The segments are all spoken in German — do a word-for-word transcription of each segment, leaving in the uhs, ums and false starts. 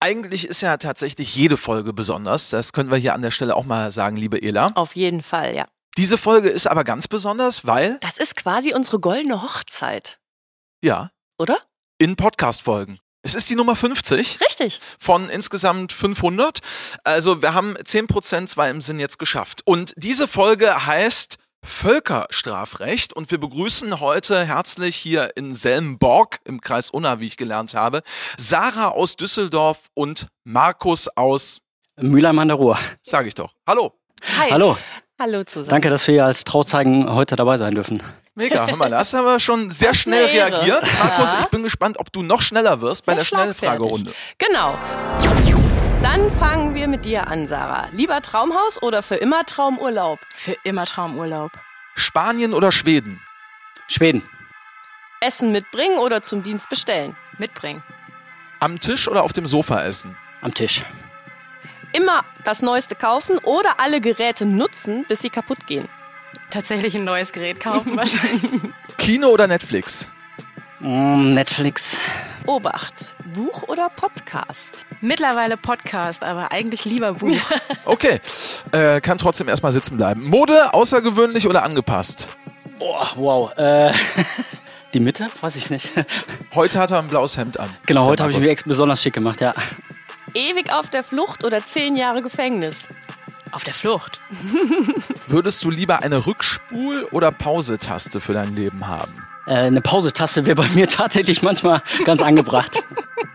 Eigentlich ist ja tatsächlich jede Folge besonders. Das können wir hier an der Stelle auch mal sagen, liebe Ela. Auf jeden Fall, ja. Diese Folge ist aber ganz besonders, weil... Das ist quasi unsere goldene Hochzeit. Ja. Oder? In Podcast-Folgen. Es ist die Nummer fünfzig. Richtig. Von insgesamt fünfhundert. Also wir haben zehn Prozent zwar im Sinn jetzt geschafft. Und diese Folge heißt Völkerstrafrecht. Und wir begrüßen heute herzlich hier in Selmborg, im Kreis Unna, wie ich gelernt habe, Sarah aus Düsseldorf und Markus aus Mülheim an der Ruhr. Sag ich doch. Hallo. Hi. Hallo. Hallo zusammen. Danke, dass wir hier als Trauzeugen heute dabei sein dürfen. Mega, hör mal, da hast du aber schon sehr Das ist schnell eine Ehre. reagiert. Markus, Ja. ich bin gespannt, ob du noch schneller wirst bei Sehr der Schnellfragerunde. schlagfertig. Genau. Dann fangen wir mit dir an, Sarah. Lieber Traumhaus oder für immer Traumurlaub? Für immer Traumurlaub. Spanien oder Schweden? Schweden. Essen mitbringen oder zum Dienst bestellen? Mitbringen. Am Tisch oder auf dem Sofa essen? Am Tisch. Immer das Neueste kaufen oder alle Geräte nutzen, bis sie kaputt gehen? Tatsächlich ein neues Gerät kaufen wahrscheinlich. Kino oder Netflix? Mm, Netflix. Obacht, Buch oder Podcast? Mittlerweile Podcast, aber eigentlich lieber Buch. Okay, äh, kann trotzdem erstmal sitzen bleiben. Mode, außergewöhnlich oder angepasst? Oh, wow. Äh, die Mitte? Weiß ich nicht. Heute hat er ein blaues Hemd an. Genau, heute Der habe ich Markus. mich ex besonders schick gemacht, ja. Ewig auf der Flucht oder zehn Jahre Gefängnis? Auf der Flucht. Würdest du lieber eine Rückspul- oder Pause-Taste für dein Leben haben? Äh, eine Pausetaste wäre bei mir tatsächlich manchmal ganz angebracht.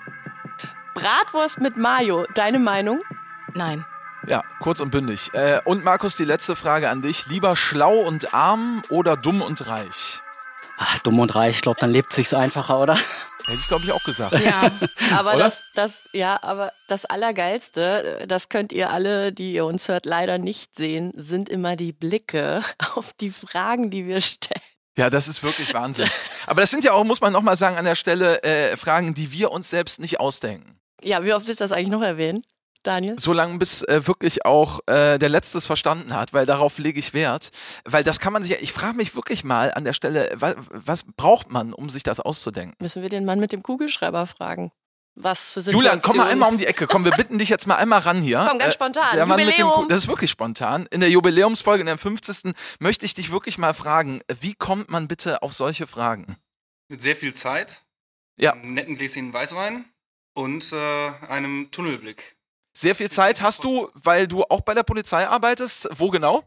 Bratwurst mit Mayo, deine Meinung? Nein. Ja, kurz und bündig. Äh, und Markus, die letzte Frage an dich. Lieber schlau und arm oder dumm und reich? Ach, dumm und reich, ich glaube, dann lebt sich's einfacher, oder? Hätte ich, glaube ich, auch gesagt. Ja. Aber Oder? das, das, ja, aber das Allergeilste, das könnt ihr alle, die ihr uns hört, leider nicht sehen, sind immer die Blicke auf die Fragen, die wir stellen. Ja, das ist wirklich Wahnsinn. Aber das sind ja auch, muss man nochmal sagen, an der Stelle äh, Fragen, die wir uns selbst nicht ausdenken. Ja, wie oft willst du das eigentlich noch erwähnen, Daniel? Solange bis äh, wirklich auch äh, der Letzte es verstanden hat, weil darauf lege ich Wert. Weil das kann man sich ja, ich frage mich wirklich mal an der Stelle, was, was braucht man, um sich das auszudenken? Müssen wir den Mann mit dem Kugelschreiber fragen? Was für Situationen? Julian, komm mal einmal um die Ecke. Komm, wir bitten dich jetzt mal einmal ran hier. Komm, ganz Äh, spontan. der Mann mit dem Jubiläum. Ku- das ist wirklich spontan. In der Jubiläumsfolge, in der fünfzigsten möchte ich dich wirklich mal fragen, wie kommt man bitte auf solche Fragen? Mit sehr viel Zeit, Ja. einem netten Gläschen Weißwein und äh, einem Tunnelblick. Sehr viel Zeit hast du, weil du auch bei der Polizei arbeitest. Wo genau?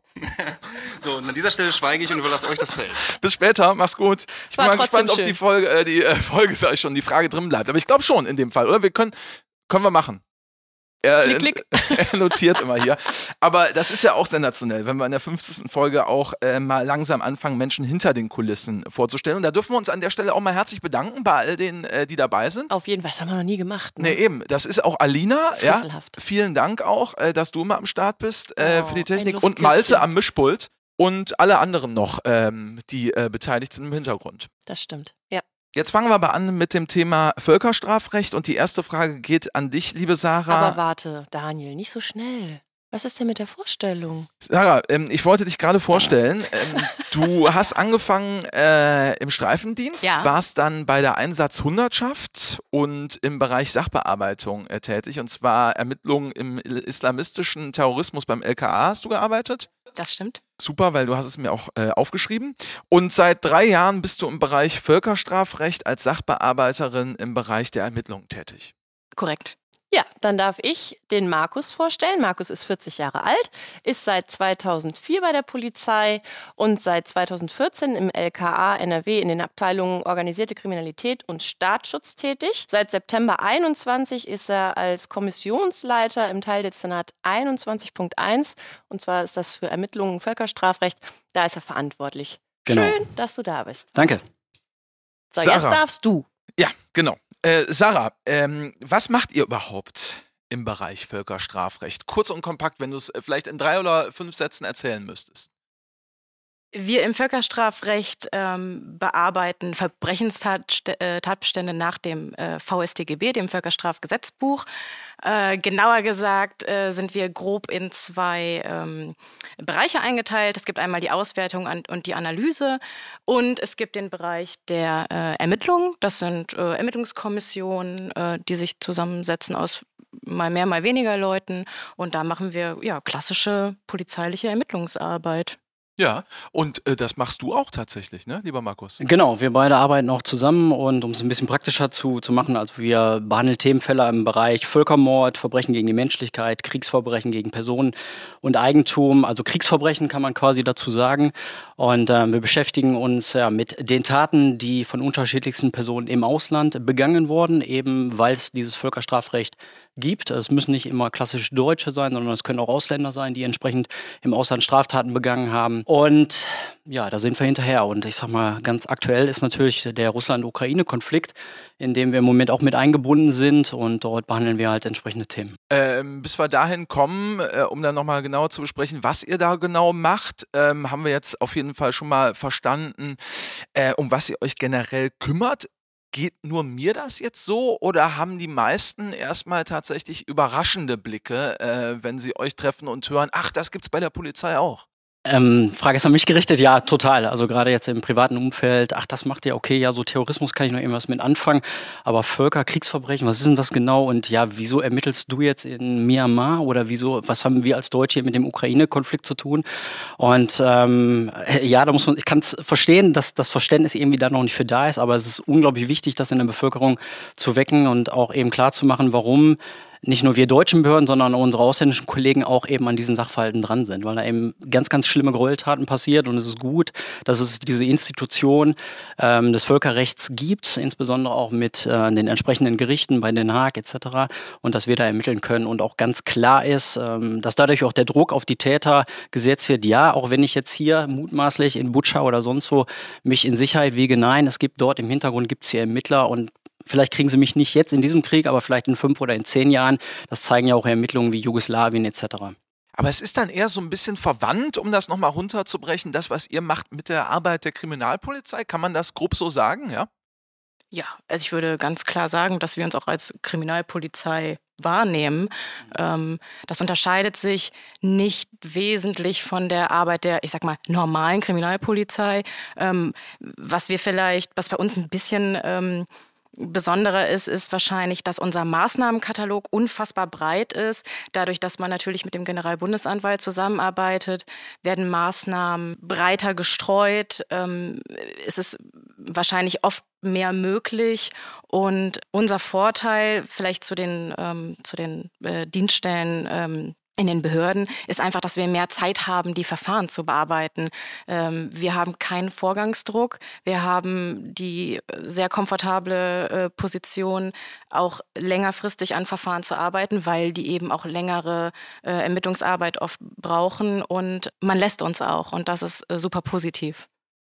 So, und an dieser Stelle schweige ich und überlasse euch das Feld. Bis später, mach's gut. Ich bin War mal trotzdem gespannt, ob schön. die Folge, äh, die äh, Folge, sag ich schon, die Frage drin bleibt. Aber ich glaube schon in dem Fall, oder? Wir können, können wir machen. Er, Klick, klick. er notiert immer hier. Aber das ist ja auch sensationell, wenn wir in der fünfzigsten Folge auch äh, mal langsam anfangen, Menschen hinter den Kulissen vorzustellen. Und da dürfen wir uns an der Stelle auch mal herzlich bedanken bei all denen, äh, die dabei sind. Auf jeden Fall, das haben wir noch nie gemacht. Ne? Nee, eben. Das ist auch Alina. Ja. Frevelhaft. Vielen Dank auch, äh, dass du immer am Start bist äh, Oh, für die ein Technik. Und Luftküsschen. Malte am Mischpult. Und alle anderen noch, ähm, die äh, beteiligt sind im Hintergrund. Das stimmt, ja. Jetzt fangen wir aber an mit dem Thema Völkerstrafrecht. Und die erste Frage geht an dich, liebe Sarah. Aber warte, Daniel, nicht so schnell. Was ist denn mit der Vorstellung? Sarah, ähm, ich wollte dich gerade vorstellen. Ähm, du hast angefangen äh, im Streifendienst, Ja. warst dann bei der Einsatzhundertschaft und im Bereich Sachbearbeitung äh, tätig. Und zwar Ermittlungen im islamistischen Terrorismus beim L K A hast du gearbeitet. Das stimmt. Super, weil du hast es mir auch äh, aufgeschrieben. Und seit drei Jahren bist du im Bereich Völkerstrafrecht als Sachbearbeiterin im Bereich der Ermittlungen tätig. Korrekt. Ja, dann darf ich den Markus vorstellen. Markus ist vierzig Jahre alt, ist seit zweitausendvier bei der Polizei und seit zweitausendvierzehn im L K A N R W in den Abteilungen Organisierte Kriminalität und Staatsschutz tätig. Seit September einundzwanzig ist er als Kommissionsleiter im Teildezernat einundzwanzig Punkt eins und zwar ist das für Ermittlungen Völkerstrafrecht. Da ist er verantwortlich. Genau. Schön, dass du da bist. Danke. So, Sarah. jetzt darfst du. Ja, genau. Äh, Sarah, ähm, was macht ihr überhaupt im Bereich Völkerstrafrecht? Kurz und kompakt, wenn du es äh, vielleicht in drei oder fünf Sätzen erzählen müsstest. Wir im Völkerstrafrecht ähm, bearbeiten Verbrechenstatbestände nach dem äh, V S t G B, dem Völkerstrafgesetzbuch. Äh, genauer gesagt äh, sind wir grob in zwei ähm, Bereiche eingeteilt. Es gibt einmal die Auswertung an, und die Analyse und es gibt den Bereich der äh, Ermittlung. Das sind äh, Ermittlungskommissionen, äh, die sich zusammensetzen aus mal mehr, mal weniger Leuten. Und da machen wir ja klassische polizeiliche Ermittlungsarbeit. Ja, und äh, das machst du auch tatsächlich, ne, lieber Markus? Genau, wir beide arbeiten auch zusammen und um es ein bisschen praktischer zu, zu machen, also wir behandeln Themenfälle im Bereich Völkermord, Verbrechen gegen die Menschlichkeit, Kriegsverbrechen gegen Personen und Eigentum, also Kriegsverbrechen kann man quasi dazu sagen. Und äh, wir beschäftigen uns ja, mit den Taten, die von unterschiedlichsten Personen im Ausland begangen wurden, eben weil es dieses Völkerstrafrecht gibt. Es müssen nicht immer klassisch Deutsche sein, sondern es können auch Ausländer sein, die entsprechend im Ausland Straftaten begangen haben. Und ja, da sind wir hinterher. Und ich sag mal, ganz aktuell ist natürlich der Russland-Ukraine-Konflikt, in dem wir im Moment auch mit eingebunden sind. Und dort behandeln wir halt entsprechende Themen. Ähm, bis wir dahin kommen, äh, um dann nochmal genauer zu besprechen, was ihr da genau macht, ähm, haben wir jetzt auf jeden Fall schon mal verstanden, äh, um was ihr euch generell kümmert. Geht nur mir das jetzt so oder haben die meisten erstmal tatsächlich überraschende Blicke, äh, wenn sie euch treffen und hören, ach, das gibt's bei der Polizei auch? Ähm, Frage ist an mich gerichtet, ja, total. Also gerade jetzt im privaten Umfeld, ach, das macht ja okay, ja, so Terrorismus kann ich noch irgendwas mit anfangen, aber Völker, Kriegsverbrechen, was ist denn das genau? Und ja, wieso ermittelst du jetzt in Myanmar oder wieso, was haben wir als Deutsche mit dem Ukraine-Konflikt zu tun? Und ähm, ja, da muss man, ich kann es verstehen, dass das Verständnis irgendwie da noch nicht für da ist, aber es ist unglaublich wichtig, das in der Bevölkerung zu wecken und auch eben klar zu machen, warum nicht nur wir deutschen Behörden, sondern auch unsere ausländischen Kollegen auch eben an diesen Sachverhalten dran sind, weil da eben ganz, ganz schlimme Gräueltaten passiert und es ist gut, dass es diese Institution ähm, des Völkerrechts gibt, insbesondere auch mit äh, den entsprechenden Gerichten bei Den Haag et cetera und dass wir da ermitteln können und auch ganz klar ist, ähm, dass dadurch auch der Druck auf die Täter gesetzt wird, ja, auch wenn ich jetzt hier mutmaßlich in Butscha oder sonst wo mich in Sicherheit wiege, nein, es gibt dort im Hintergrund gibt es hier Ermittler und vielleicht kriegen sie mich nicht jetzt in diesem Krieg, aber vielleicht in fünf oder in zehn Jahren. Das zeigen ja auch Ermittlungen wie Jugoslawien et cetera. Aber es ist dann eher so ein bisschen verwandt, um das nochmal runterzubrechen, das, was ihr macht mit der Arbeit der Kriminalpolizei. Kann man das grob so sagen, ja? Ja, also ich würde ganz klar sagen, dass wir uns auch als Kriminalpolizei wahrnehmen. Ähm, das unterscheidet sich nicht wesentlich von der Arbeit der, ich sag mal, normalen Kriminalpolizei. Ähm, was wir vielleicht, was bei uns ein bisschen ähm, besonderer ist, ist wahrscheinlich, dass unser Maßnahmenkatalog unfassbar breit ist. Dadurch, dass man natürlich mit dem Generalbundesanwalt zusammenarbeitet, werden Maßnahmen breiter gestreut. Ähm, es ist wahrscheinlich oft mehr möglich. Und unser Vorteil vielleicht zu den, ähm, zu den äh, Dienststellen ähm, in den Behörden ist einfach, dass wir mehr Zeit haben, die Verfahren zu bearbeiten. Ähm, wir haben keinen Vorgangsdruck. Wir haben die sehr komfortable äh, Position, auch längerfristig an Verfahren zu arbeiten, weil die eben auch längere äh, Ermittlungsarbeit oft brauchen. Und man lässt uns auch. Und das ist äh, super positiv.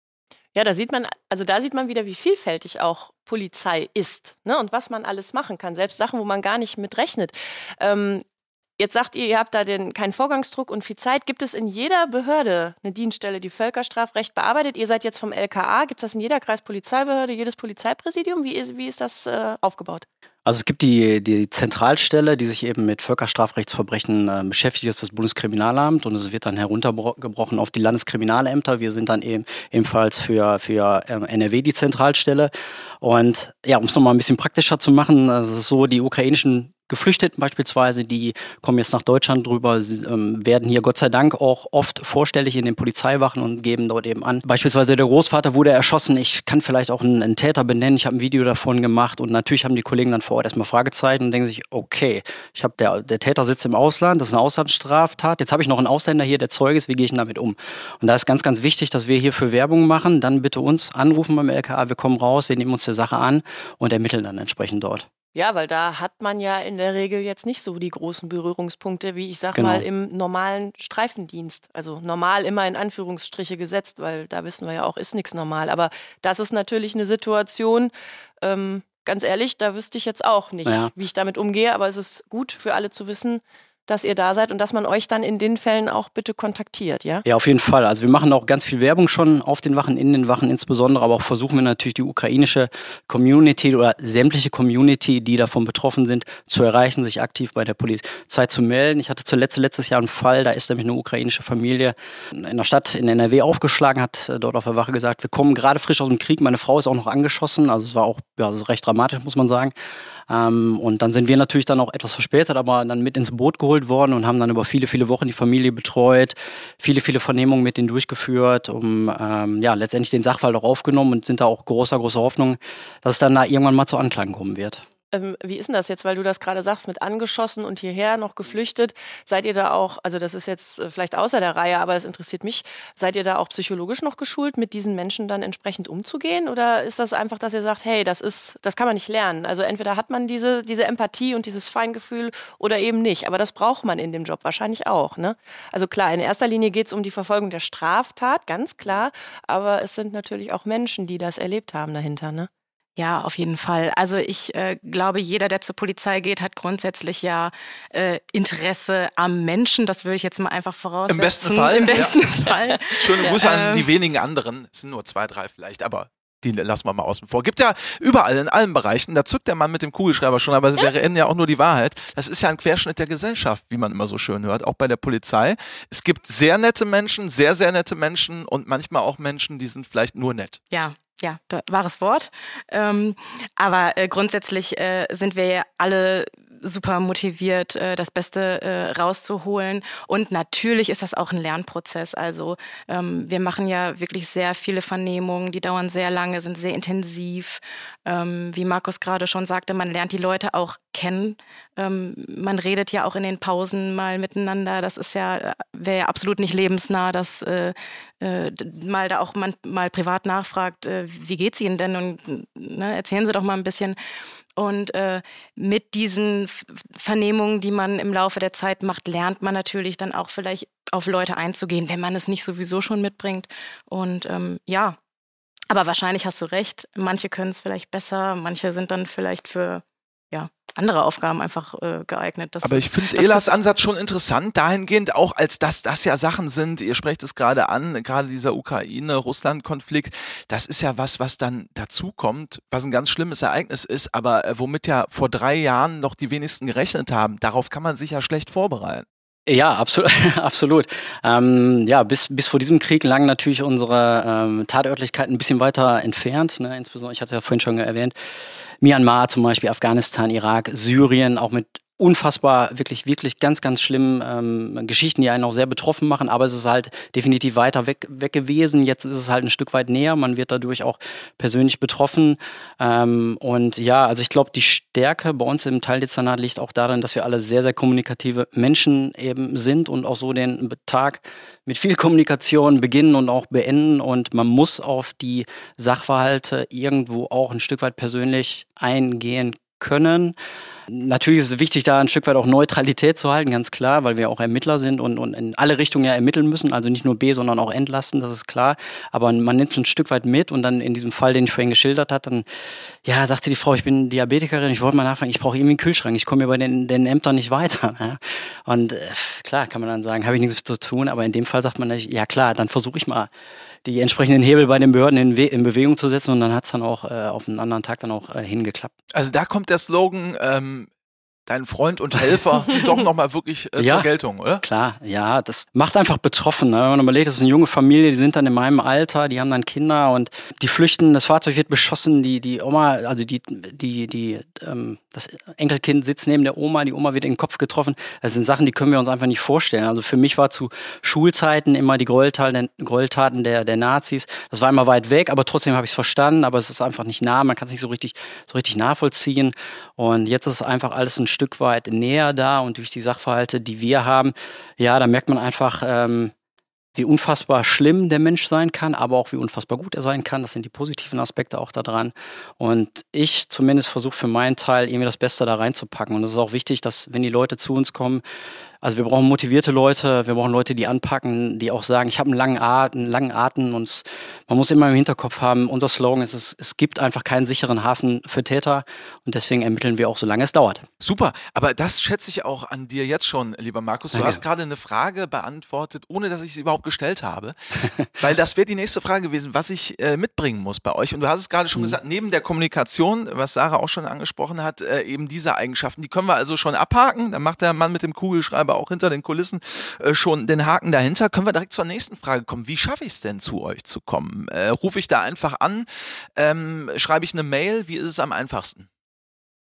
Ja, da sieht man, also da sieht man wieder, wie vielfältig auch Polizei ist, ne? Und was man alles machen kann. Selbst Sachen, wo man gar nicht mit rechnet. Ähm, Jetzt sagt ihr, ihr habt da den, keinen Vorgangsdruck und viel Zeit. Gibt es in jeder Behörde eine Dienststelle, die Völkerstrafrecht bearbeitet? Ihr seid jetzt vom L K A. Gibt es das in jeder Kreispolizeibehörde, jedes Polizeipräsidium? Wie ist, wie ist das äh, aufgebaut? Also es gibt die, die Zentralstelle, die sich eben mit Völkerstrafrechtsverbrechen äh, beschäftigt, das ist das Bundeskriminalamt und es wird dann heruntergebrochen auf die Landeskriminalämter. Wir sind dann eben ebenfalls für, für ähm, N R W die Zentralstelle. Und ja, um es nochmal ein bisschen praktischer zu machen, also es ist so, die ukrainischen Geflüchteten beispielsweise, die kommen jetzt nach Deutschland drüber, sie, ähm, werden hier Gott sei Dank auch oft vorstellig in den Polizeiwachen und geben dort eben an. Beispielsweise der Großvater wurde erschossen, ich kann vielleicht auch einen, einen Täter benennen, ich habe ein Video davon gemacht und natürlich haben die Kollegen dann vor Ort erstmal Fragezeichen und denken sich, okay, ich habe der, der Täter sitzt im Ausland, das ist eine Auslandsstraftat, jetzt habe ich noch einen Ausländer hier, der Zeuge ist, wie gehe ich denn damit um? Und da ist ganz, ganz wichtig, dass wir hierfür Werbung machen, dann bitte uns anrufen beim L K A, wir kommen raus, wir nehmen uns der Sache an und ermitteln dann entsprechend dort. Ja, weil da hat man ja in der Regel jetzt nicht so die großen Berührungspunkte, wie ich sag Genau. mal im normalen Streifendienst. Also normal immer in Anführungsstriche gesetzt, weil da wissen wir ja auch, ist nichts normal. Aber das ist natürlich eine Situation, ähm, ganz ehrlich, da wüsste ich jetzt auch nicht, Ja. wie ich damit umgehe. Aber es ist gut für alle zu wissen, dass ihr da seid und dass man euch dann in den Fällen auch bitte kontaktiert, ja? Ja, auf jeden Fall. Also wir machen auch ganz viel Werbung schon auf den Wachen, in den Wachen insbesondere, aber auch versuchen wir natürlich die ukrainische Community oder sämtliche Community, die davon betroffen sind, zu erreichen, sich aktiv bei der Polizei zu melden. Ich hatte zuletzt letztes Jahr einen Fall, da ist nämlich eine ukrainische Familie in einer Stadt in N R W aufgeschlagen, hat dort auf der Wache gesagt, wir kommen gerade frisch aus dem Krieg, meine Frau ist auch noch angeschossen, also es war auch ja, recht dramatisch, muss man sagen. Ähm, und dann sind wir natürlich dann auch etwas verspätet, aber dann mit ins Boot geholt worden und haben dann über viele, viele Wochen die Familie betreut, viele, viele Vernehmungen mit denen durchgeführt, um ähm, ja letztendlich den Sachverhalt auch aufgenommen und sind da auch großer, großer Hoffnung, dass es dann da irgendwann mal zur Anklang kommen wird. Ähm, wie ist denn das jetzt, weil du das gerade sagst, mit angeschossen und hierher noch geflüchtet? Seid ihr da auch, also das ist jetzt äh, vielleicht außer der Reihe, aber es interessiert mich, seid ihr da auch psychologisch noch geschult, mit diesen Menschen dann entsprechend umzugehen? Oder ist das einfach, dass ihr sagt, hey, das ist, das kann man nicht lernen? Also entweder hat man diese, diese Empathie und dieses Feingefühl oder eben nicht. Aber das braucht man in dem Job wahrscheinlich auch, ne? Also klar, in erster Linie geht es um die Verfolgung der Straftat, ganz klar. Aber es sind natürlich auch Menschen, die das erlebt haben dahinter, ne? Ja, auf jeden Fall. Also ich äh, glaube, jeder, der zur Polizei geht, hat grundsätzlich ja äh, Interesse am Menschen. Das würde ich jetzt mal einfach voraussetzen. Im besten Fall. Im besten ja. Fall. Schöne Grüße an Ähm, die wenigen anderen. Es sind nur zwei, drei vielleicht, aber die lassen wir mal außen vor. Gibt ja überall, in allen Bereichen. Da zückt der Mann mit dem Kugelschreiber schon, aber wir reden ja auch nur die Wahrheit. Das ist ja ein Querschnitt der Gesellschaft, wie man immer so schön hört, auch bei der Polizei. Es gibt sehr nette Menschen, sehr, sehr nette Menschen und manchmal auch Menschen, die sind vielleicht nur nett. Ja. Ja, da, wahres Wort. Ähm, aber äh, grundsätzlich äh, sind wir ja alle super motiviert, äh, das Beste äh, rauszuholen. Und natürlich ist das auch ein Lernprozess. Also ähm, wir machen ja wirklich sehr viele Vernehmungen, die dauern sehr lange, sind sehr intensiv. Ähm, wie Markus gerade schon sagte, man lernt die Leute auch kennen. Ähm, man redet ja auch in den Pausen mal miteinander. Das ist ja, wäre ja absolut nicht lebensnah, dass äh, äh, mal da auch man mal privat nachfragt, äh, wie geht's Ihnen denn? Und ne, erzählen Sie doch mal ein bisschen. Und äh, mit diesen F- Vernehmungen, die man im Laufe der Zeit macht, lernt man natürlich dann auch vielleicht auf Leute einzugehen, wenn man es nicht sowieso schon mitbringt. Und ähm, ja, aber wahrscheinlich hast du recht. Manche können es vielleicht besser, manche sind dann vielleicht für ja, andere Aufgaben einfach äh, geeignet. Das Aber ist, ich finde das- Elas Ansatz schon interessant, dahingehend auch, als dass das ja Sachen sind, ihr sprecht es gerade an, gerade dieser Ukraine-Russland-Konflikt, das ist ja was, was dann dazukommt, was ein ganz schlimmes Ereignis ist, aber äh, womit ja vor drei Jahren noch die wenigsten gerechnet haben. Darauf kann man sich ja schlecht vorbereiten. Ja, absolut. absolut. Ähm, ja, bis, bis vor diesem Krieg lagen natürlich unsere ähm, Tatörtlichkeiten ein bisschen weiter entfernt. Ne? Insbesondere, ich hatte ja vorhin schon erwähnt, Myanmar zum Beispiel, Afghanistan, Irak, Syrien, auch mit unfassbar, wirklich, wirklich ganz, ganz schlimmen ähm, Geschichten, die einen auch sehr betroffen machen, aber es ist halt definitiv weiter weg, weg gewesen. Jetzt ist es halt ein Stück weit näher, man wird dadurch auch persönlich betroffen. Ähm, und ja, also ich glaube, die Stärke bei uns im Teildezernat liegt auch darin, dass wir alle sehr, sehr kommunikative Menschen eben sind und auch so den Tag mit viel Kommunikation beginnen und auch beenden. Und man muss auf die Sachverhalte irgendwo auch ein Stück weit persönlich eingehen können. Natürlich ist es wichtig, da ein Stück weit auch Neutralität zu halten, ganz klar, weil wir auch Ermittler sind und, und in alle Richtungen ja ermitteln müssen, also nicht nur B, sondern auch entlasten, das ist klar. Aber man nimmt ein Stück weit mit und dann in diesem Fall, den ich vorhin geschildert habe, dann ja, sagte die Frau, ich bin Diabetikerin, ich wollte mal nachfragen, ich brauche irgendwie einen Kühlschrank, ich komme hier bei den, den Ämtern nicht weiter. Ja. Und äh, klar kann man dann sagen, habe ich nichts zu tun, aber in dem Fall sagt man, ja klar, dann versuche ich mal die entsprechenden Hebel bei den Behörden in, We- in Bewegung zu setzen und dann hat es dann auch äh, auf einen anderen Tag dann auch äh, hingeklappt. Also da kommt der Slogan, ähm, dein Freund und Helfer, doch nochmal wirklich äh, Ja. zur Geltung, oder? Klar, ja, das macht einfach betroffen. Ne? Wenn man überlegt, das ist eine junge Familie, die sind dann in meinem Alter, die haben dann Kinder und die flüchten, das Fahrzeug wird beschossen, die, die Oma, also die, die, die, ähm, das Enkelkind sitzt neben der Oma, die Oma wird in den Kopf getroffen. Das sind Sachen, die können wir uns einfach nicht vorstellen. Also für mich war zu Schulzeiten immer die Gräueltaten, Gräueltaten der, der Nazis, das war immer weit weg, aber trotzdem habe ich es verstanden, aber es ist einfach nicht nah, man kann es nicht so richtig, so richtig nachvollziehen. Und jetzt ist einfach alles ein Stück weit näher da und durch die Sachverhalte, die wir haben, ja, da merkt man einfach, ähm, wie unfassbar schlimm der Mensch sein kann, aber auch wie unfassbar gut er sein kann. Das sind die positiven Aspekte auch daran. Und ich zumindest versuche für meinen Teil irgendwie das Beste da reinzupacken. Und es ist auch wichtig, dass wenn die Leute zu uns kommen, also wir brauchen motivierte Leute, wir brauchen Leute, die anpacken, die auch sagen, ich habe einen langen Atem, einen langen Atem und es, man muss immer im Hinterkopf haben, unser Slogan ist, es, es gibt einfach keinen sicheren Hafen für Täter und deswegen ermitteln wir auch, solange es dauert. Super, aber das schätze ich auch an dir jetzt schon, lieber Markus. Du Danke. hast gerade eine Frage beantwortet, ohne dass ich sie überhaupt gestellt habe, weil das wäre die nächste Frage gewesen, was ich äh, mitbringen muss bei euch. Und du hast es gerade schon Mhm. gesagt, neben der Kommunikation, was Sarah auch schon angesprochen hat, äh, eben diese Eigenschaften, die können wir also schon abhaken. Da macht der Mann mit dem Kugelschreiber auch hinter den Kulissen äh, schon den Haken dahinter. Können wir direkt zur nächsten Frage kommen. Wie schaffe ich es denn, zu euch zu kommen? Äh, rufe ich da einfach an? Ähm, schreibe ich eine Mail? Wie ist es am einfachsten?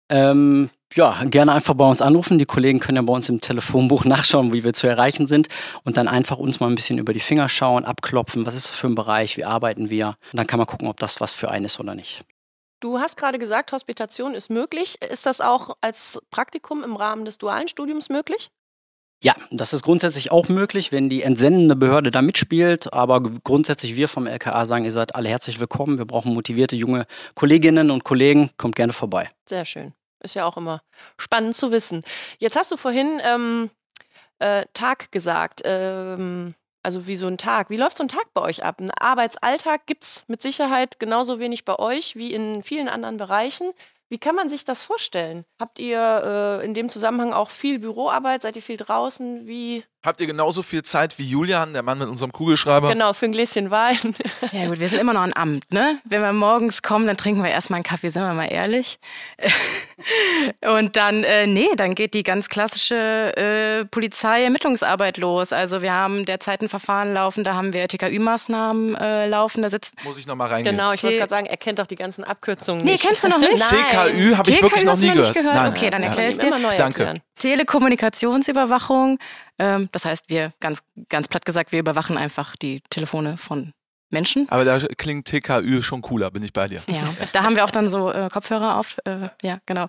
Ähm, ja, gerne einfach bei uns anrufen. Die Kollegen können ja bei uns im Telefonbuch nachschauen, wie wir zu erreichen sind und dann einfach uns mal ein bisschen über die Finger schauen, abklopfen, was ist das für ein Bereich, wie arbeiten wir. Und dann kann man gucken, ob das was für einen ist oder nicht. Du hast gerade gesagt, Hospitation ist möglich. Ist das auch als Praktikum im Rahmen des dualen Studiums möglich? Ja, das ist grundsätzlich auch möglich, wenn die entsendende Behörde da mitspielt. Aber grundsätzlich wir vom L K A sagen, ihr seid alle herzlich willkommen. Wir brauchen motivierte junge Kolleginnen und Kollegen. Kommt gerne vorbei. Sehr schön. Ist ja auch immer spannend zu wissen. Jetzt hast du vorhin ähm, äh, Tag gesagt. Ähm, also wie so ein Tag. Wie läuft so ein Tag bei euch ab? Ein Arbeitsalltag gibt es mit Sicherheit genauso wenig bei euch wie in vielen anderen Bereichen. Wie kann man sich das vorstellen? Habt ihr äh, in dem Zusammenhang auch viel Büroarbeit? Seid ihr viel draußen? Wie? Habt ihr genauso viel Zeit wie Julian, der Mann mit unserem Kugelschreiber? Genau, für ein Gläschen Wein. Ja gut, wir sind immer noch ein Amt, ne? Wenn wir morgens kommen, dann trinken wir erstmal einen Kaffee, sind wir mal ehrlich. Und dann, äh, nee, dann geht die ganz klassische äh, Polizeiermittlungsarbeit los. Also wir haben derzeit ein Verfahren laufen, da haben wir T K Ü-Maßnahmen äh, laufen, da sitzt... Muss ich nochmal reingehen. Genau, ich wollte gerade sagen, er kennt doch die ganzen Abkürzungen Nee, nicht. kennst du noch nicht? T K Ü habe ich T K Ü wirklich noch hast du nie noch nicht gehört. gehört? Nein, Okay, dann ja. erklär ich Immer dir. neu Danke. erklären. Telekommunikationsüberwachung, ähm, das heißt, wir, ganz, ganz platt gesagt, wir überwachen einfach die Telefone von Menschen. Aber da klingt T K Ü schon cooler, bin ich bei dir. Ja, da haben wir auch dann so äh, Kopfhörer auf. Äh, ja, genau.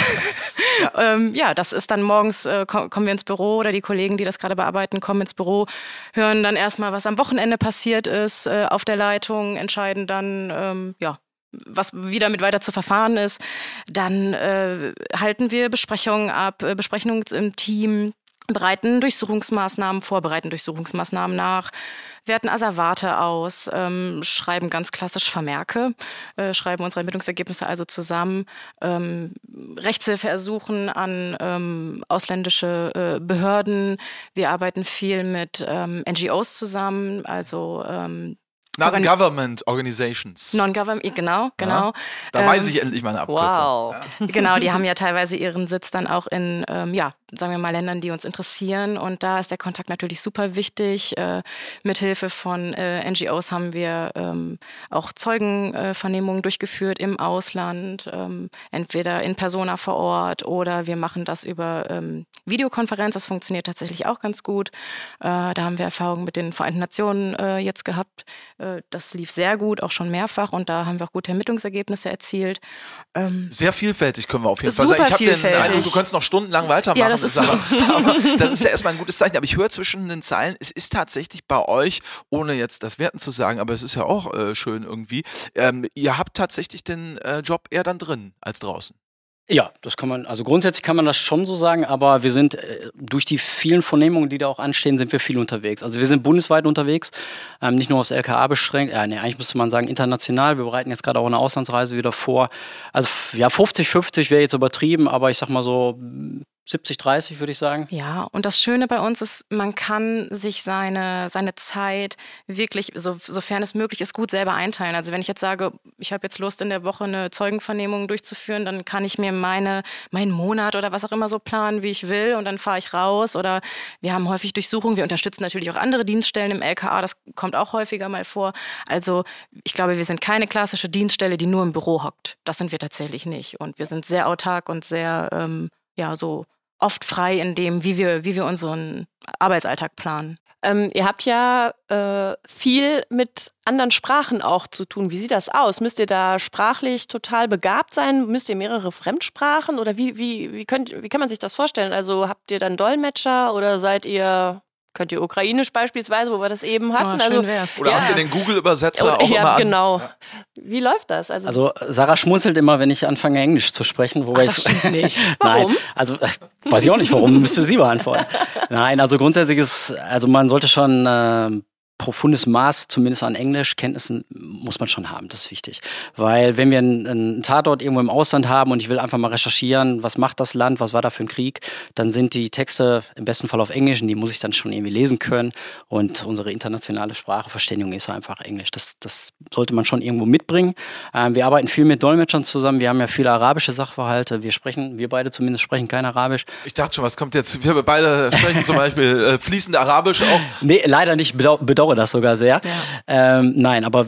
Ja. ähm, ja, das ist dann morgens, äh, ko- kommen wir ins Büro oder die Kollegen, die das gerade bearbeiten, kommen ins Büro, hören dann erstmal, was am Wochenende passiert ist äh, auf der Leitung, entscheiden dann, ähm, ja, was wie damit weiter zu verfahren ist. Dann äh, halten wir Besprechungen ab, äh, Besprechungen im Team, bereiten Durchsuchungsmaßnahmen vor, bereiten Durchsuchungsmaßnahmen nach, werten Asservate aus, ähm, schreiben ganz klassisch Vermerke, äh, schreiben unsere Ermittlungsergebnisse also zusammen, ähm, Rechtshilfe ersuchen an ähm, ausländische äh, Behörden. Wir arbeiten viel mit ähm, N G Os zusammen, also ähm, Non-Government Organizations. Non-Government, genau, genau. Ja, da ähm, weiß ich endlich meine Abkürzung. Wow. Ja. Genau, die haben ja teilweise ihren Sitz dann auch in, ähm, ja, sagen wir mal, Ländern, die uns interessieren. Und da ist der Kontakt natürlich super wichtig. Äh, mithilfe von äh, N G Os haben wir ähm, auch Zeugenvernehmungen äh, durchgeführt im Ausland, ähm, entweder in persona vor Ort oder wir machen das über ähm, Videokonferenz. Das funktioniert tatsächlich auch ganz gut. Äh, da haben wir Erfahrungen mit den Vereinten Nationen äh, jetzt gehabt. Äh, das lief sehr gut, auch schon mehrfach. Und da haben wir auch gute Ermittlungsergebnisse erzielt. Ähm, Sehr vielfältig können wir auf jeden Fall Super sagen. Ich habe den vielfältig. Eindruck, du könntest noch stundenlang weitermachen. Ja, das ist so. aber, aber das ist ja erstmal ein gutes Zeichen. Aber ich höre zwischen den Zeilen, es ist tatsächlich bei euch, ohne jetzt das Werten zu sagen, aber es ist ja auch äh, schön irgendwie, ähm, ihr habt tatsächlich den äh, Job eher dann drin als draußen. Ja, das kann man, also grundsätzlich kann man das schon so sagen, aber wir sind äh, durch die vielen Vernehmungen, die da auch anstehen, sind wir viel unterwegs. Also wir sind bundesweit unterwegs, ähm, nicht nur aufs L K A beschränkt, äh, nee, eigentlich müsste man sagen international. Wir bereiten jetzt gerade auch eine Auslandsreise wieder vor. Also f- ja, fünfzig fünfzig wäre jetzt übertrieben, aber ich sag mal so siebzig dreißig würde ich sagen. Ja, und das Schöne bei uns ist, man kann sich seine, seine Zeit wirklich, so, sofern es möglich ist, gut selber einteilen. Also wenn ich jetzt sage, ich habe jetzt Lust, in der Woche eine Zeugenvernehmung durchzuführen, dann kann ich mir meine, meinen Monat oder was auch immer so planen, wie ich will, und dann fahre ich raus. Oder wir haben häufig Durchsuchungen. Wir unterstützen natürlich auch andere Dienststellen im L K A. Das kommt auch häufiger mal vor. Also ich glaube, wir sind keine klassische Dienststelle, die nur im Büro hockt. Das sind wir tatsächlich nicht. Und wir sind sehr autark und sehr, ähm, ja, so oft frei in dem, wie wir, wie wir unseren Arbeitsalltag planen. Ähm, ihr habt ja äh, viel mit anderen Sprachen auch zu tun. Wie sieht das aus? Müsst ihr da sprachlich total begabt sein? Müsst ihr mehrere Fremdsprachen? Oder wie, wie, wie, könnt, wie kann man sich das vorstellen? Also habt ihr dann Dolmetscher oder seid ihr... Könnt ihr Ukrainisch beispielsweise, wo wir das eben hatten? Oh, schön also, wär's. Oder ja. habt ihr den Google-Übersetzer Oder, auch ja, immer an? genau. Wie läuft das? Also, Also Sarah schmunzelt immer, wenn ich anfange Englisch zu sprechen. Wobei Ach, das ich, stimmt nicht. Nein, Warum? also äh, weiß ich auch nicht, warum müsste sie beantworten. Nein, also grundsätzlich ist, also man sollte schon äh, profundes Maß zumindest an Englischkenntnissen muss man schon haben, das ist wichtig. Weil wenn wir einen, einen Tatort irgendwo im Ausland haben und ich will einfach mal recherchieren, was macht das Land, was war da für ein Krieg, dann sind die Texte im besten Fall auf Englisch und die muss ich dann schon irgendwie lesen können und unsere internationale Sprache, Verständigung ist einfach Englisch. Das, das sollte man schon irgendwo mitbringen. Ähm, wir arbeiten viel mit Dolmetschern zusammen, wir haben ja viele arabische Sachverhalte, wir sprechen, wir beide zumindest sprechen kein Arabisch. Ich dachte schon, was kommt jetzt? Wir beide sprechen zum Beispiel äh, fließend Arabisch auch. Nee, leider nicht, bedau bedauere das sogar sehr. Ja. Ähm, nein, aber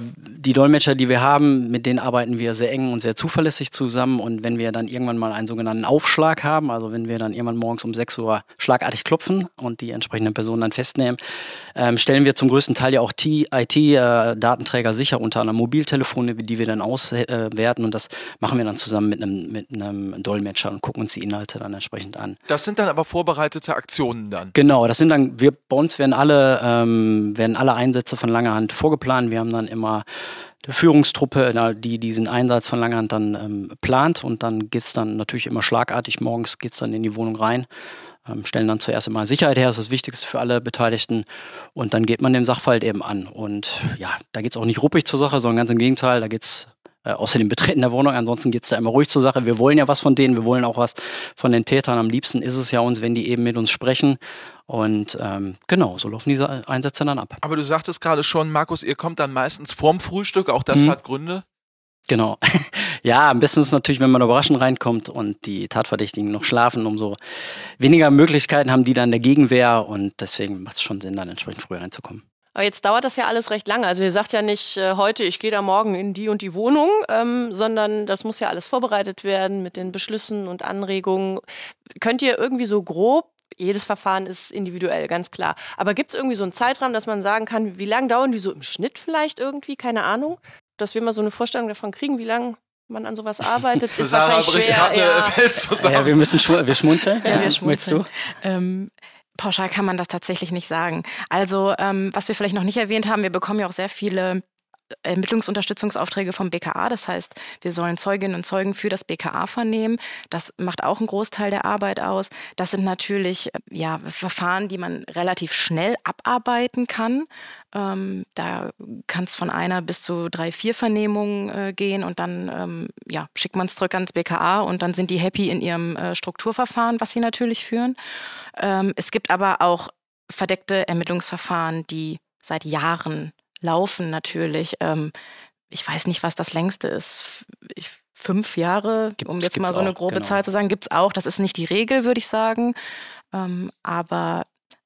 die Dolmetscher, die wir haben, mit denen arbeiten wir sehr eng und sehr zuverlässig zusammen. Und wenn wir dann irgendwann mal einen sogenannten Aufschlag haben, also wenn wir dann irgendwann morgens um sechs Uhr schlagartig klopfen und die entsprechenden Personen dann festnehmen, ähm, stellen wir zum größten Teil ja auch I T-Datenträger äh, sicher, unter anderem Mobiltelefone, die wir dann auswerten. Und das machen wir dann zusammen mit einem, mit einem Dolmetscher und gucken uns die Inhalte dann entsprechend an. Das sind dann aber vorbereitete Aktionen dann? Genau, das sind dann, wir, bei uns werden alle, ähm, werden alle Einsätze von langer Hand vorgeplant. Wir haben dann immer die Führungstruppe, die diesen Einsatz von langer Hand dann ähm, plant, und dann geht's dann natürlich immer schlagartig, morgens geht's dann in die Wohnung rein, ähm, stellen dann zuerst einmal Sicherheit her, das ist das Wichtigste für alle Beteiligten, und dann geht man den Sachverhalt eben an. Und ja, da geht's auch nicht ruppig zur Sache, sondern ganz im Gegenteil, da geht's äh, außer dem Betreten der Wohnung, ansonsten geht's da immer ruhig zur Sache. Wir wollen ja was von denen, wir wollen auch was von den Tätern. Am liebsten ist es ja uns, wenn die eben mit uns sprechen. Und ähm, genau, so laufen diese Einsätze dann ab. Aber du sagtest gerade schon, Markus, ihr kommt dann meistens vorm Frühstück, auch das Mhm. hat Gründe? Genau. Ja, am besten ist natürlich, wenn man überraschend reinkommt und die Tatverdächtigen noch schlafen, umso weniger Möglichkeiten haben die dann der Gegenwehr, und deswegen macht es schon Sinn, dann entsprechend früh reinzukommen. Aber jetzt dauert das ja alles recht lange. Also ihr sagt ja nicht äh, heute, ich gehe da morgen in die und die Wohnung, ähm, sondern das muss ja alles vorbereitet werden mit den Beschlüssen und Anregungen. Könnt ihr irgendwie so grob, jedes Verfahren ist individuell, ganz klar, aber gibt es irgendwie so einen Zeitrahmen, dass man sagen kann, wie lange dauern die so im Schnitt vielleicht irgendwie, keine Ahnung, dass wir mal so eine Vorstellung davon kriegen, wie lange man an sowas arbeitet, Für ist Sarah wahrscheinlich bricht schwer. gerade eine Ja. Welt zusammen. Ja, wir müssen schmu wir schmunzeln. Ja, wir Möchtest schmunzeln. du? Ähm, pauschal kann man das tatsächlich nicht sagen. Also, ähm, was wir vielleicht noch nicht erwähnt haben, wir bekommen ja auch sehr viele Ermittlungsunterstützungsaufträge vom B K A. Das heißt, wir sollen Zeuginnen und Zeugen für das B K A vernehmen. Das macht auch einen Großteil der Arbeit aus. Das sind natürlich ja, Verfahren, die man relativ schnell abarbeiten kann. Ähm, da kann es von einer bis zu drei, vier Vernehmungen äh, gehen, und dann ähm, ja, schickt man es zurück ans B K A, und dann sind die happy in ihrem äh, Strukturverfahren, was sie natürlich führen. Ähm, es gibt aber auch verdeckte Ermittlungsverfahren, die seit Jahren laufen natürlich. Ähm, ich weiß nicht, was das längste ist. Ich, fünf Jahre, Gibt, um jetzt mal so eine auch, grobe genau. Zahl zu sagen, gibt es auch. Das ist nicht die Regel, würde ich sagen. Ähm, aber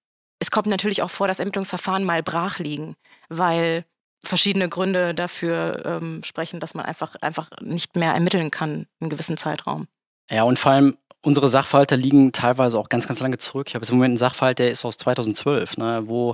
es kommt natürlich auch vor, dass Ermittlungsverfahren mal brach liegen, weil verschiedene Gründe dafür ähm, sprechen, dass man einfach, einfach nicht mehr ermitteln kann in einem gewissen Zeitraum. Ja, und vor allem unsere Sachverhalte liegen teilweise auch ganz, ganz lange zurück. Ich habe jetzt im Moment einen Sachverhalt, der ist aus zweitausendzwölf, ne, wo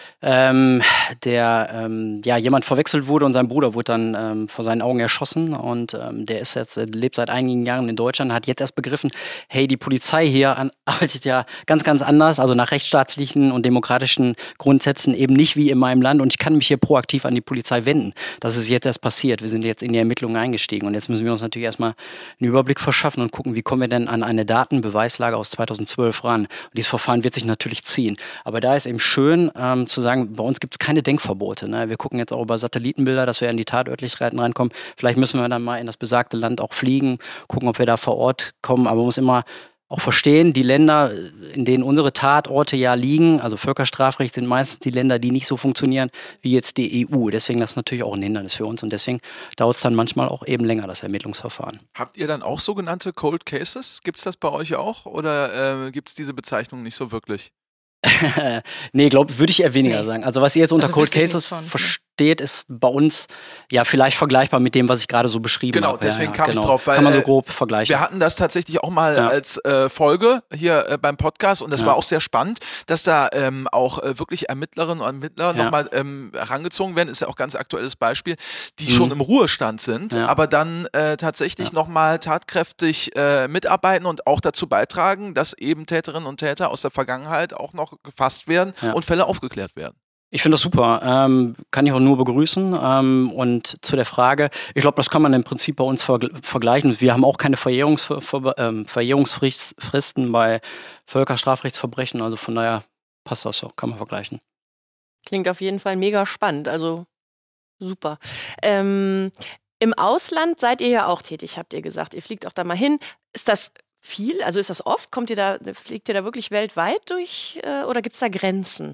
ähm, der ähm, ja jemand verwechselt wurde, und sein Bruder wurde dann ähm, vor seinen Augen erschossen, und ähm, der ist jetzt lebt seit einigen Jahren in Deutschland, hat jetzt erst begriffen, hey, die Polizei hier an, arbeitet ja ganz, ganz anders, also nach rechtsstaatlichen und demokratischen Grundsätzen, eben nicht wie in meinem Land, und ich kann mich hier proaktiv an die Polizei wenden. Das ist jetzt erst passiert. Wir sind jetzt in die Ermittlungen eingestiegen, und jetzt müssen wir uns natürlich erstmal einen Überblick verschaffen und gucken, wie kommen wir denn an eine Datenbeweislage aus zweitausendzwölf ran. Und dieses Verfahren wird sich natürlich ziehen. Aber da ist eben schön ähm, zu sagen, bei uns gibt es keine Denkverbote. Ne? Wir gucken jetzt auch über Satellitenbilder, dass wir in die Tatörtlichkeiten reinkommen. Vielleicht müssen wir dann mal in das besagte Land auch fliegen, gucken, ob wir da vor Ort kommen. Aber man muss immer auch verstehen, die Länder, in denen unsere Tatorte ja liegen, also Völkerstrafrecht, sind meistens die Länder, die nicht so funktionieren wie jetzt die E U. Deswegen das ist natürlich auch ein Hindernis für uns, und deswegen dauert es dann manchmal auch eben länger, das Ermittlungsverfahren. Habt ihr dann auch sogenannte Cold Cases? Gibt es das bei euch auch, oder äh, gibt es diese Bezeichnung nicht so wirklich? Nee, glaube würde ich eher weniger Nee. sagen. Also was ihr jetzt unter Also Cold wüsste ich Cases nichts von, ne? versteht, ist bei uns ja vielleicht vergleichbar mit dem, was ich gerade so beschrieben Genau, habe. deswegen ja, kam ich genau. drauf, weil, Kann man so äh, grob vergleichen. Wir hatten das tatsächlich auch mal Ja. als äh, Folge hier äh, beim Podcast, und das Ja. war auch sehr spannend, dass da ähm, auch äh, wirklich Ermittlerinnen und Ermittler Ja. nochmal ähm, herangezogen werden, ist ja auch ein ganz aktuelles Beispiel, die Mhm. schon im Ruhestand sind, Ja. aber dann äh, tatsächlich Ja. nochmal tatkräftig äh, mitarbeiten und auch dazu beitragen, dass eben Täterinnen und Täter aus der Vergangenheit auch noch gefasst werden Ja. und Fälle aufgeklärt werden. Ich finde das super. Ähm, kann ich auch nur begrüßen. Ähm, und zu der Frage, ich glaube, das kann man im Prinzip bei uns verg vergleichen. Wir haben auch keine Verjährungs Ver ähm, Verjährungsfristen bei Völkerstrafrechtsverbrechen. Also von daher passt das so, kann man vergleichen. Klingt auf jeden Fall mega spannend, also super. Ähm, im Ausland seid ihr ja auch tätig, habt ihr gesagt. Ihr fliegt auch da mal hin. Ist das viel? Also ist das oft? Kommt ihr da, fliegt ihr da wirklich weltweit durch äh, oder gibt es da Grenzen?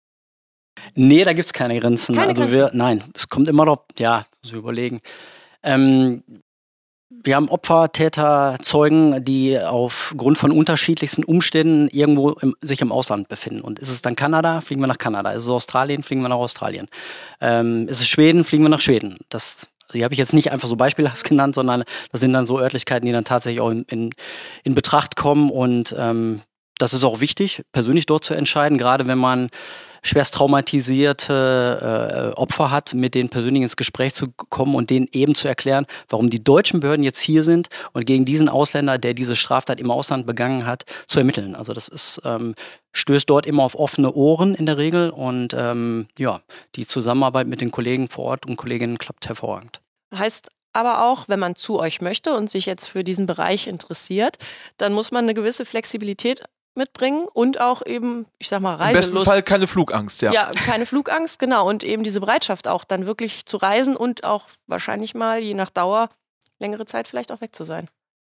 Nee, da gibt es keine Grenzen. Keine also Grenzen? wir, nein, es kommt immer noch, ja, muss ich überlegen. Ähm, Wir haben Opfer, Täter, Zeugen, die aufgrund von unterschiedlichsten Umständen irgendwo im, sich im Ausland befinden. Und ist es dann Kanada, fliegen wir nach Kanada. Ist es Australien, fliegen wir nach Australien. Ähm, ist es Schweden, fliegen wir nach Schweden. Das, die habe ich jetzt nicht einfach so beispielhaft genannt, sondern das sind dann so Örtlichkeiten, die dann tatsächlich auch in, in, in Betracht kommen. Und ähm, das ist auch wichtig, persönlich dort zu entscheiden, gerade wenn man schwerst traumatisierte äh, Opfer hat, mit denen persönlich ins Gespräch zu kommen und denen eben zu erklären, warum die deutschen Behörden jetzt hier sind und gegen diesen Ausländer, der diese Straftat im Ausland begangen hat, zu ermitteln. Also das ist ähm, stößt dort immer auf offene Ohren in der Regel und ähm, ja, die Zusammenarbeit mit den Kollegen vor Ort und Kolleginnen klappt hervorragend. Heißt aber auch, wenn man zu euch möchte und sich jetzt für diesen Bereich interessiert, dann muss man eine gewisse Flexibilität mitbringen und auch eben, ich sag mal, Reiselust. Im besten Fall keine Flugangst, ja. Ja, keine Flugangst, genau. Und eben diese Bereitschaft auch dann wirklich zu reisen und auch wahrscheinlich mal, je nach Dauer, längere Zeit vielleicht auch weg zu sein.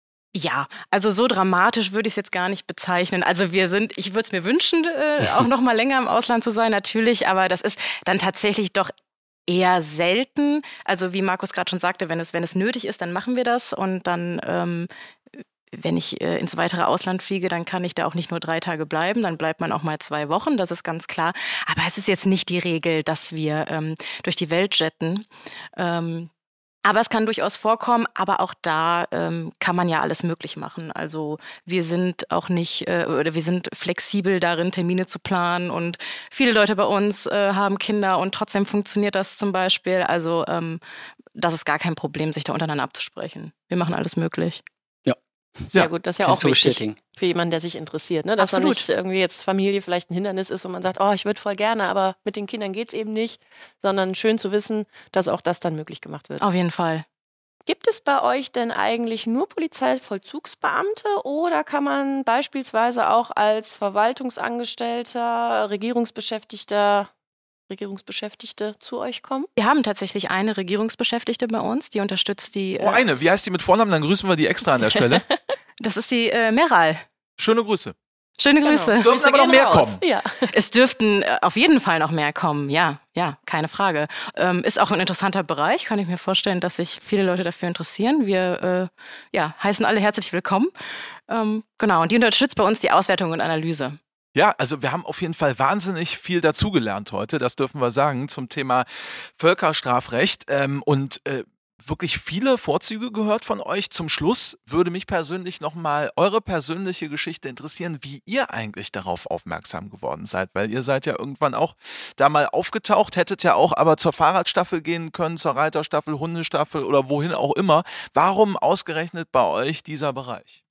Ja, also so dramatisch würde ich es jetzt gar nicht bezeichnen. Also wir sind, ich würde es mir wünschen, äh, auch noch mal länger im Ausland zu sein, natürlich, aber das ist dann tatsächlich doch eher selten. Also wie Markus gerade schon sagte, wenn es, wenn es nötig ist, dann machen wir das und dann ähm, wenn ich äh, ins weitere Ausland fliege, dann kann ich da auch nicht nur drei Tage bleiben, dann bleibt man auch mal zwei Wochen, das ist ganz klar. Aber es ist jetzt nicht die Regel, dass wir ähm, durch die Welt jetten. Ähm, aber es kann durchaus vorkommen, aber auch da ähm, kann man ja alles möglich machen. Also wir sind auch nicht, äh, oder wir sind flexibel darin, Termine zu planen und viele Leute bei uns äh, haben Kinder und trotzdem funktioniert das zum Beispiel. Also ähm, das ist gar kein Problem, sich da untereinander abzusprechen. Wir machen alles möglich. Sehr ja. gut, das ist ja auch wichtig für jemanden, der sich interessiert, ne? Dass man nicht irgendwie jetzt Familie vielleicht ein Hindernis ist und man sagt, oh, ich würde voll gerne, aber mit den Kindern geht's eben nicht, sondern schön zu wissen, dass auch das dann möglich gemacht wird. Auf jeden Fall. Gibt es bei euch denn eigentlich nur Polizeivollzugsbeamte oder kann man beispielsweise auch als Verwaltungsangestellter, Regierungsbeschäftigter Regierungsbeschäftigte zu euch kommen? Wir haben tatsächlich eine Regierungsbeschäftigte bei uns, die unterstützt die... Oh, eine. Wie heißt die mit Vornamen? Dann grüßen wir die extra an der Stelle. Das ist die äh, Meral. Schöne Grüße. Schöne Grüße. Genau. Es dürfen aber noch mehr raus. kommen. Ja. Es dürften äh, auf jeden Fall noch mehr kommen, ja, ja, keine Frage. Ähm, ist auch ein interessanter Bereich, kann ich mir vorstellen, dass sich viele Leute dafür interessieren. Wir äh, ja, heißen alle herzlich willkommen. Ähm, genau, und die unterstützt bei uns die Auswertung und Analyse. Ja, also wir haben auf jeden Fall wahnsinnig viel dazugelernt heute, das dürfen wir sagen, zum Thema Völkerstrafrecht ähm, und äh, wirklich viele Vorzüge gehört von euch. Zum Schluss würde mich persönlich nochmal eure persönliche Geschichte interessieren, wie ihr eigentlich darauf aufmerksam geworden seid, weil ihr seid ja irgendwann auch da mal aufgetaucht, hättet ja auch aber zur Fahrradstaffel gehen können, zur Reiterstaffel, Hundestaffel oder wohin auch immer. Warum ausgerechnet bei euch dieser Bereich?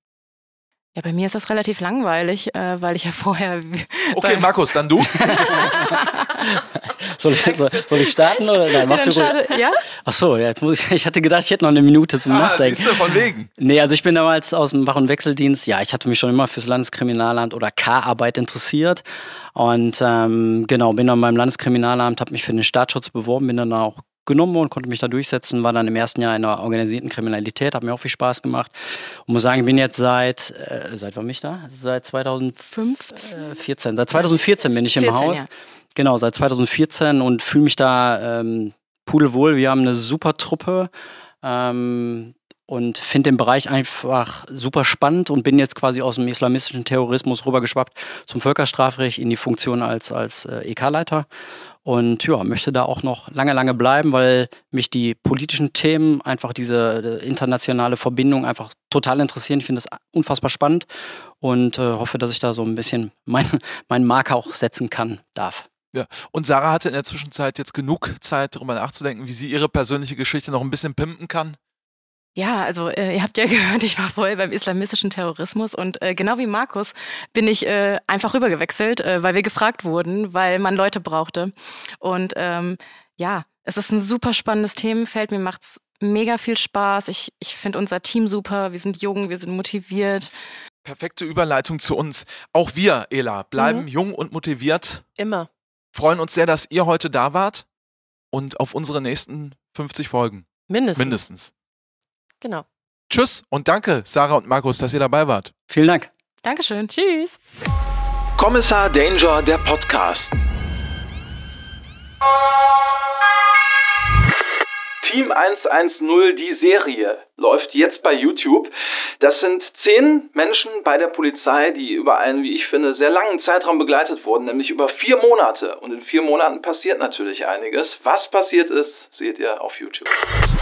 Ja, bei mir ist das relativ langweilig, äh, weil ich ja vorher... Okay, Markus, dann du. soll, ich, soll, soll ich starten? Oder? Nein, mach ja, du starte, ja? Ach so, ja, jetzt muss ich, ich hatte gedacht, ich hätte noch eine Minute zum ah, Nachdenken. Siehst du, von wegen. Nee, also ich bin damals aus dem Wach- und Wechseldienst, ja, ich hatte mich schon immer fürs Landeskriminalamt oder K-Arbeit interessiert und ähm, genau, bin dann beim Landeskriminalamt, habe mich für den Staatsschutz beworben, bin dann auch genommen und konnte mich da durchsetzen, war dann im ersten Jahr in der organisierten Kriminalität, hat mir auch viel Spaß gemacht und muss sagen, ich bin jetzt seit, äh, seit wann bin ich da? Seit zweitausendvierzehn, seit zweitausendvierzehn bin ich im vierzehn, Haus. Ja. Genau, seit zweitausendvierzehn und fühle mich da ähm, pudelwohl. Wir haben eine super Truppe ähm, und finde den Bereich einfach super spannend und bin jetzt quasi aus dem islamistischen Terrorismus rübergeschwappt zum Völkerstrafrecht in die Funktion als, als äh, E K-Leiter. Und ja, möchte da auch noch lange, lange bleiben, weil mich die politischen Themen, einfach diese internationale Verbindung einfach total interessieren. Ich finde das unfassbar spannend und äh, hoffe, dass ich da so ein bisschen meinen mein Marker auch setzen kann, darf. Ja, und Sarah hatte in der Zwischenzeit jetzt genug Zeit, darüber nachzudenken, wie sie ihre persönliche Geschichte noch ein bisschen pimpen kann. Ja, also äh, ihr habt ja gehört, ich war vorher beim islamistischen Terrorismus und äh, genau wie Markus bin ich äh, einfach rübergewechselt, äh, weil wir gefragt wurden, weil man Leute brauchte. Und ähm, ja, es ist ein super spannendes Themenfeld, mir macht's mega viel Spaß. Ich, ich finde unser Team super, wir sind jung, wir sind motiviert. Perfekte Überleitung zu uns. Auch wir, Ela, bleiben Mhm. jung und motiviert. Immer. Freuen uns sehr, dass ihr heute da wart und auf unsere nächsten fünfzig Folgen. Mindestens. Mindestens. Genau. Tschüss und danke, Sarah und Markus, dass ihr dabei wart. Vielen Dank. Dankeschön, tschüss. Kommissar Danger, der Podcast. Team hundertzehn, die Serie, läuft jetzt bei YouTube. Das sind zehn Menschen bei der Polizei, die über einen, wie ich finde, sehr langen Zeitraum begleitet wurden, nämlich über vier Monate. Und in vier Monaten passiert natürlich einiges. Was passiert ist, seht ihr auf YouTube.